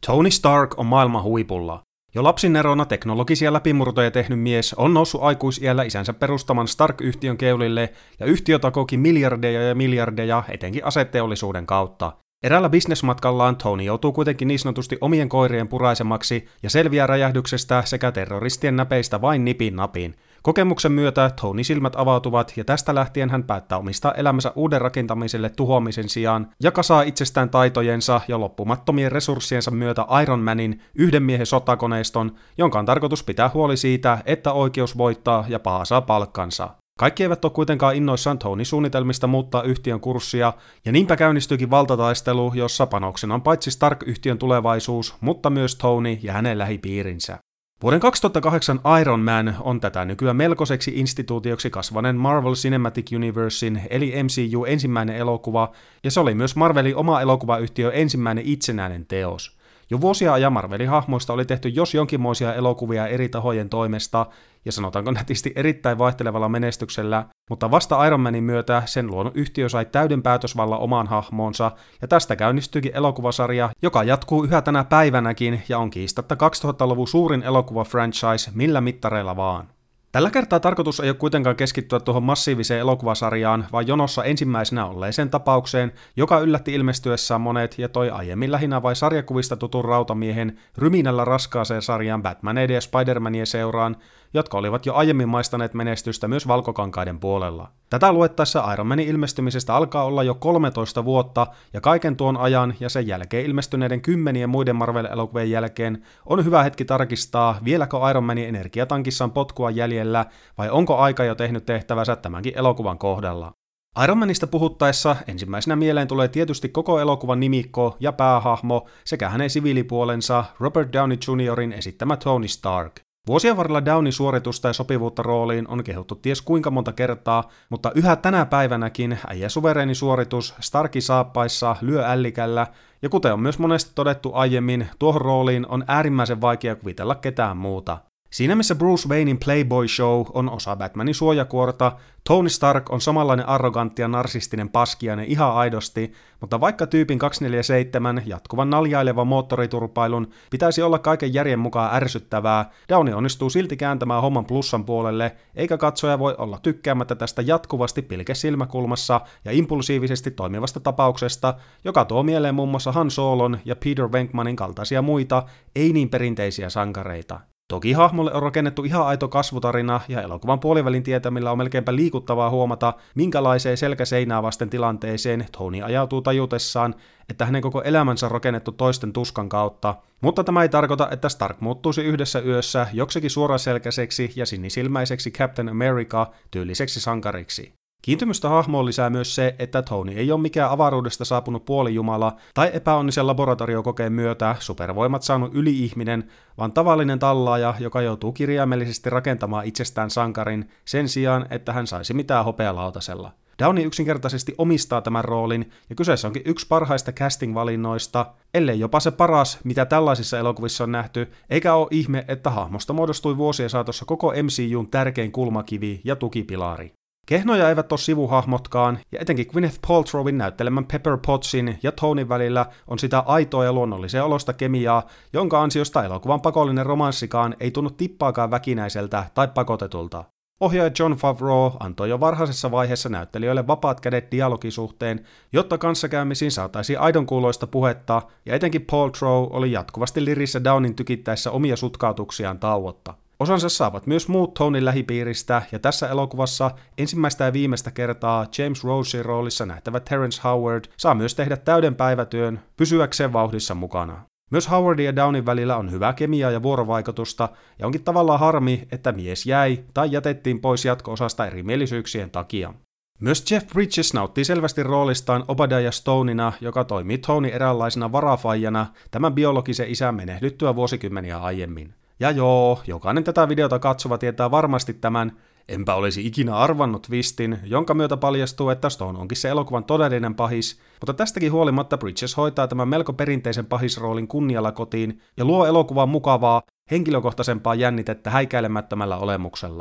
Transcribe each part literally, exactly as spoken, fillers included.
Tony Stark on maailman huipulla. Jo lapsinerona teknologisia läpimurtoja tehnyt mies on noussut aikuisiällä isänsä perustaman Stark-yhtiön keulille, ja yhtiö takoikin miljardeja ja miljardeja etenkin aseteollisuuden kautta. Eräällä bisnesmatkallaan Tony joutuu kuitenkin niin sanotusti omien koirien puraisemaksi ja selviää räjähdyksestä sekä terroristien näpeistä vain nipin napin. Kokemuksen myötä Tony silmät avautuvat ja tästä lähtien hän päättää omistaa elämänsä uuden rakentamiselle tuhoamisen sijaan ja kasaa itsestään taitojensa ja loppumattomien resurssiensa myötä Iron Manin yhden miehen sotakoneiston, jonka on tarkoitus pitää huoli siitä, että oikeus voittaa ja paha saa palkkansa. Kaikki eivät ole kuitenkaan innoissaan Tonyn suunnitelmista muuttaa yhtiön kurssia, ja niinpä käynnistyykin valtataistelu, jossa panoksena on paitsi Stark-yhtiön tulevaisuus, mutta myös Tony ja hänen lähipiirinsä. Vuoden kaksituhattakahdeksan Iron Man on tätä nykyään melkoiseksi instituutioksi kasvaneen Marvel Cinematic Universein eli M C U ensimmäinen elokuva, ja se oli myös Marvelin oma elokuvayhtiö ensimmäinen itsenäinen teos. Jo vuosia ajan Marvelin hahmoista oli tehty jos jonkinmoisia elokuvia eri tahojen toimesta, ja sanotaanko nätisti erittäin vaihtelevalla menestyksellä, mutta vasta Iron Manin myötä sen luonut yhtiö sai täyden päätösvallan omaan hahmoonsa, ja tästä käynnistyikin elokuvasarja, joka jatkuu yhä tänä päivänäkin ja on kiistatta kaksituhattaluvun suurin elokuva-franchise millä mittareilla vaan. Tällä kertaa tarkoitus ei ole kuitenkaan keskittyä tuohon massiiviseen elokuvasarjaan, vaan jonossa ensimmäisenä olleeseen tapaukseen, joka yllätti ilmestyessään monet ja toi aiemmin lähinnä vai sarjakuvista tutun rautamiehen ryminällä raskaaseen sarjaan Batmaneiden ja Spider-Manien seuraan, jotka olivat jo aiemmin maistaneet menestystä myös valkokankaiden puolella. Tätä luettaessa Iron Manin ilmestymisestä alkaa olla jo kolmetoista vuotta, ja kaiken tuon ajan ja sen jälkeen ilmestyneiden kymmenien muiden Marvel-elokuvien jälkeen on hyvä hetki tarkistaa, vieläkö Iron Manin energiatankissa on potkua jäljellä, vai onko aika jo tehnyt tehtävänsä tämänkin elokuvan kohdalla. Iron Manista puhuttaessa ensimmäisenä mieleen tulee tietysti koko elokuvan nimikko ja päähahmo sekä hänen siviilipuolensa Robert Downey juniorin esittämä Tony Stark. Vuosien varrella Downeyn suoritusta ja sopivuutta rooliin on kehuttu ties kuinka monta kertaa, mutta yhä tänä päivänäkin äijä suvereeni suoritus Starkin saappaissa lyö ällikällä, ja kuten on myös monesti todettu aiemmin, tuohon rooliin on äärimmäisen vaikea kuvitella ketään muuta. Siinä missä Bruce Waynein Playboy Show on osa Batmanin suojakuorta, Tony Stark on samanlainen arrogantti ja narsistinen paskiainen ihan aidosti, mutta vaikka tyypin kaksisataaneljäkymmentäseitsemän jatkuvan naljailevan moottoriturpailun pitäisi olla kaiken järjen mukaan ärsyttävää, Downey onnistuu silti kääntämään homman plussan puolelle, eikä katsoja voi olla tykkäämättä tästä jatkuvasti pilke silmäkulmassa ja impulsiivisesti toimivasta tapauksesta, joka tuo mieleen muun muassa Han Solon ja Peter Venkmanin kaltaisia muita, ei niin perinteisiä sankareita. Toki hahmolle on rakennettu ihan aito kasvutarina, ja elokuvan puolivälin tietämillä on melkeinpä liikuttavaa huomata, minkälaiseen selkäseinää vasten tilanteeseen Tony ajautuu tajutessaan, että hänen koko elämänsä on rakennettu toisten tuskan kautta, mutta tämä ei tarkoita, että Stark muuttuisi yhdessä yössä joksikin suoraselkäiseksi ja sinisilmäiseksi Captain America-tyyliseksi sankariksi. Kiintymystä hahmoon lisää myös se, että Tony ei ole mikään avaruudesta saapunut puolijumala tai epäonnisen laboratoriokokeen myötä supervoimat saanut yli-ihminen, vaan tavallinen tallaaja, joka joutuu kirjaimellisesti rakentamaan itsestään sankarin sen sijaan, että hän saisi mitään hopealautasella. Downey yksinkertaisesti omistaa tämän roolin, ja kyseessä onkin yksi parhaista casting-valinnoista, ellei jopa se paras, mitä tällaisissa elokuvissa on nähty, eikä ole ihme, että hahmosta muodostui vuosien saatossa koko M C U:n tärkein kulmakivi ja tukipilari. Kehnoja eivät ole sivuhahmotkaan, ja etenkin Gwyneth Paltrowin näyttelemän Pepper Pottsin ja Tonyn välillä on sitä aitoa ja luonnolliseen olosta kemiaa, jonka ansiosta elokuvan pakollinen romanssikaan ei tunnu tippaakaan väkinäiseltä tai pakotetulta. Ohjaaja Jon Favreau antoi jo varhaisessa vaiheessa näyttelijöille vapaat kädet dialogisuhteen, jotta kanssakäymisiin saataisiin aidonkuuloista puhetta, ja etenkin Paltrow oli jatkuvasti lirissä Downeyn tykittäessä omia sutkautuksiaan tauotta. Osansa saavat myös muut Tonyn lähipiiristä, ja tässä elokuvassa ensimmäistä ja viimeistä kertaa James Rosein roolissa nähtävä Terrence Howard saa myös tehdä täyden päivätyön pysyäkseen vauhdissa mukana. Myös Howardin ja Downeyn välillä on hyvää kemiaa ja vuorovaikutusta, ja onkin tavallaan harmi, että mies jäi tai jätettiin pois jatko-osasta erimielisyyksien takia. Myös Jeff Bridges nauttii selvästi roolistaan Obadiah Stoneina, joka toimii Tonyn eräänlaisena varafaijana tämän biologisen isän menehdyttyä vuosikymmeniä aiemmin. Ja joo, jokainen tätä videota katsova tietää varmasti tämän, enpä olisi ikinä arvannut twistin, jonka myötä paljastuu, että Stone onkin se elokuvan todellinen pahis, mutta tästäkin huolimatta Bridges hoitaa tämän melko perinteisen pahisroolin kunnialla kotiin ja luo elokuvaan mukavaa, henkilökohtaisempaa jännitettä häikäilemättömällä olemuksellaan.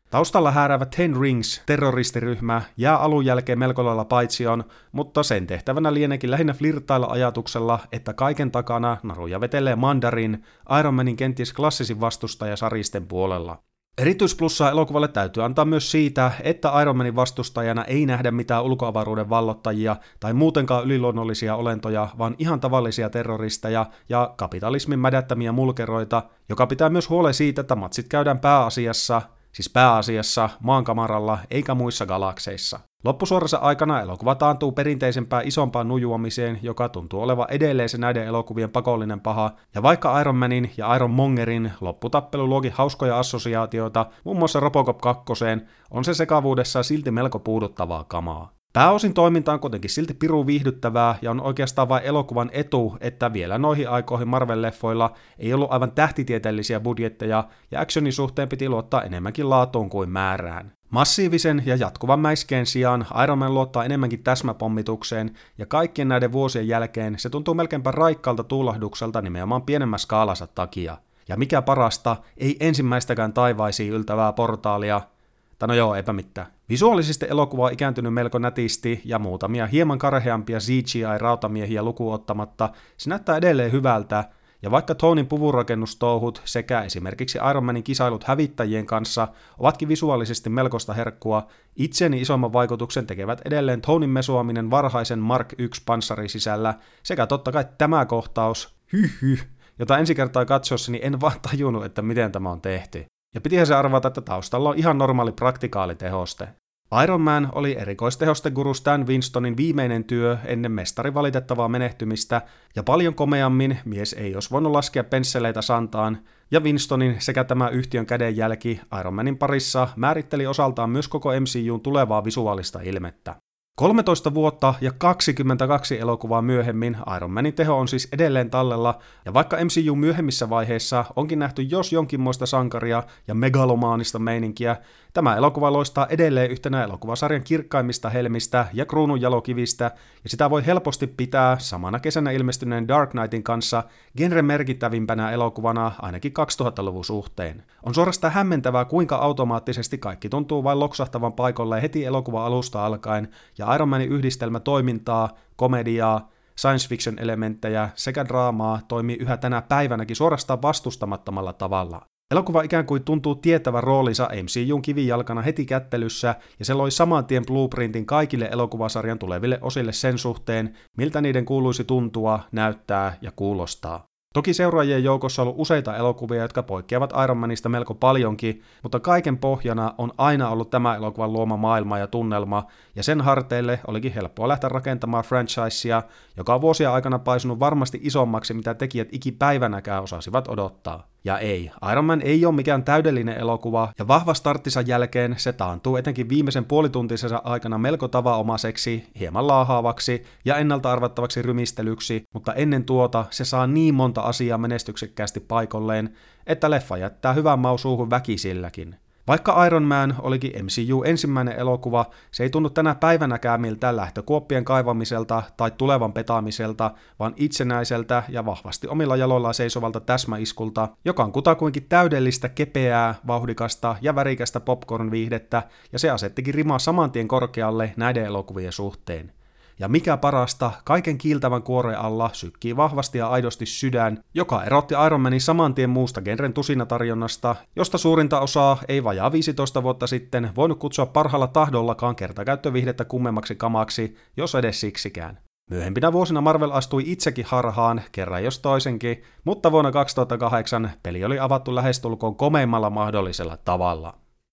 Taustalla hääräävä Ten Rings terroristiryhmä jää alun jälkeen melko lailla paitsioon, mutta sen tehtävänä lieneekin lähinnä flirttailla ajatuksella, että kaiken takana naruja vetelee Mandarin, Iron Manin kenties klassisin vastustaja saristen puolella. Erityisplussaa elokuvalle täytyy antaa myös siitä, että Iron Manin vastustajana ei nähdä mitään ulkoavaruuden vallottajia tai muutenkaan yliluonnollisia olentoja, vaan ihan tavallisia terroristeja ja kapitalismin mädättämiä mulkeroita, joka pitää myös huolen siitä, että matsit käydään pääasiassa, siis pääasiassa maankamaralla eikä muissa galakseissa. Loppusuorassa aikana elokuva taantuu perinteisempään isompaan nujuamiseen, joka tuntuu olevan edelleen se näiden elokuvien pakollinen paha, ja vaikka Iron Manin ja Iron Mongerin lopputappelu luokin hauskoja assosiaatioita, muun muassa Robocop kakkoseen, on se sekavuudessaan silti melko puuduttavaa kamaa. Pääosin toiminta on kuitenkin silti pirun viihdyttävää ja on oikeastaan vain elokuvan etu, että vielä noihin aikoihin Marvel-leffoilla ei ollut aivan tähtitieteellisiä budjetteja ja actionin suhteen piti luottaa enemmänkin laatuun kuin määrään. Massiivisen ja jatkuvan mäiskeen sijaan Iron Man luottaa enemmänkin täsmäpommitukseen ja kaikkien näiden vuosien jälkeen se tuntuu melkeinpä raikkaalta tuulahdukselta nimenomaan pienemmän skaalansa takia. Ja mikä parasta, ei ensimmäistäkään taivaisiin yltävää portaalia. Tai no joo, eipä mitään. Visuaalisesti elokuva on ikääntynyt melko nätisti ja muutamia hieman karheampia C G I-rautamiehiä lukuun ottamatta se näyttää edelleen hyvältä, ja vaikka Tonyn puvunrakennustouhut sekä esimerkiksi Iron Manin kisailut hävittäjien kanssa ovatkin visuaalisesti melkoista herkkua, itseeni isomman vaikutuksen tekevät edelleen Tonyn mesuaminen varhaisen Mark yksi panssarisisällä sekä totta kai tämä kohtaus, hyhy, jota ensi kertaa katsossani en vaan tajunnut, että miten tämä on tehty. Ja pitihän se arvata, että taustalla on ihan normaali praktikaalitehoste. Iron Man oli erikoistehosteguru Stan Winstonin viimeinen työ ennen mestari valitettavaa menehtymistä, ja paljon komeammin mies ei olisi voinut laskea pensseleitä santaan, ja Winstonin sekä tämä yhtiön kädenjälki Iron Manin parissa määritteli osaltaan myös koko M C U:n tulevaa visuaalista ilmettä. kolmetoista vuotta ja kaksikymmentäkaksi elokuvaa myöhemmin Iron Manin teho on siis edelleen tallella, ja vaikka M C U myöhemmissä vaiheissa onkin nähty jos jonkinmoista sankaria ja megalomaanista meininkiä, tämä elokuva loistaa edelleen yhtenä elokuvasarjan kirkkaimmista helmistä ja kruununjalokivistä, ja sitä voi helposti pitää samana kesänä ilmestyneen Dark Knightin kanssa genren merkittävimpänä elokuvana ainakin kaksituhattaluvun suhteen. On suorastaan hämmentävää, kuinka automaattisesti kaikki tuntuu vain loksahtavan paikolle heti elokuva alusta alkaen, ja Iron Manin yhdistelmä toimintaa, komediaa, science fiction elementtejä sekä draamaa toimii yhä tänä päivänäkin suorastaan vastustamattomalla tavalla. Elokuva ikään kuin tuntuu tietävän roolinsa M C U:n kivijalkana heti kättelyssä, ja se loi saman tien blueprintin kaikille elokuvasarjan tuleville osille sen suhteen, miltä niiden kuuluisi tuntua, näyttää ja kuulostaa. Toki seuraajien joukossa on ollut useita elokuvia, jotka poikkeavat Iron Manista melko paljonkin, mutta kaiken pohjana on aina ollut tämä elokuvan luoma maailma ja tunnelma, ja sen harteille olikin helppoa lähteä rakentamaan franchisea, joka on vuosien aikana paisunut varmasti isommaksi, mitä tekijät ikipäivänäkään osasivat odottaa. Ja ei, Iron Man ei ole mikään täydellinen elokuva, ja vahva starttinsa jälkeen se taantuu etenkin viimeisen puolituntisensa aikana melko tavanomaiseksi, hieman laahaavaksi ja ennalta arvattavaksi rymistelyksi, mutta ennen tuota se saa niin monta asiaa menestyksekkäästi paikolleen, että leffa jättää hyvän maun suuhun väkisilläkin. Vaikka Iron Man olikin M C U ensimmäinen elokuva, se ei tunnu tänä päivänäkään miltään lähtökuoppien kaivamiselta tai tulevan petaamiselta, vaan itsenäiseltä ja vahvasti omilla jaloillaan seisovalta täsmäiskulta, joka on kutakuinkin täydellistä, kepeää, vauhdikasta ja värikästä popcorn-viihdettä, ja se asettikin rimaa saman tien korkealle näiden elokuvien suhteen. Ja mikä parasta, kaiken kiiltävän kuoreen alla sykkii vahvasti ja aidosti sydän, joka erotti Iron Manin saman tien muusta genren tusinatarjonnasta, josta suurinta osaa ei vajaa viisitoista vuotta sitten voinut kutsua parhaalla tahdollakaan kertakäyttöviihdettä kummemmaksi kamaksi, jos edes siksikään. Myöhempinä vuosina Marvel astui itsekin harhaan, kerran jos toisenkin, mutta vuonna kaksituhattakahdeksan peli oli avattu lähestulkoon komeimmalla mahdollisella tavalla.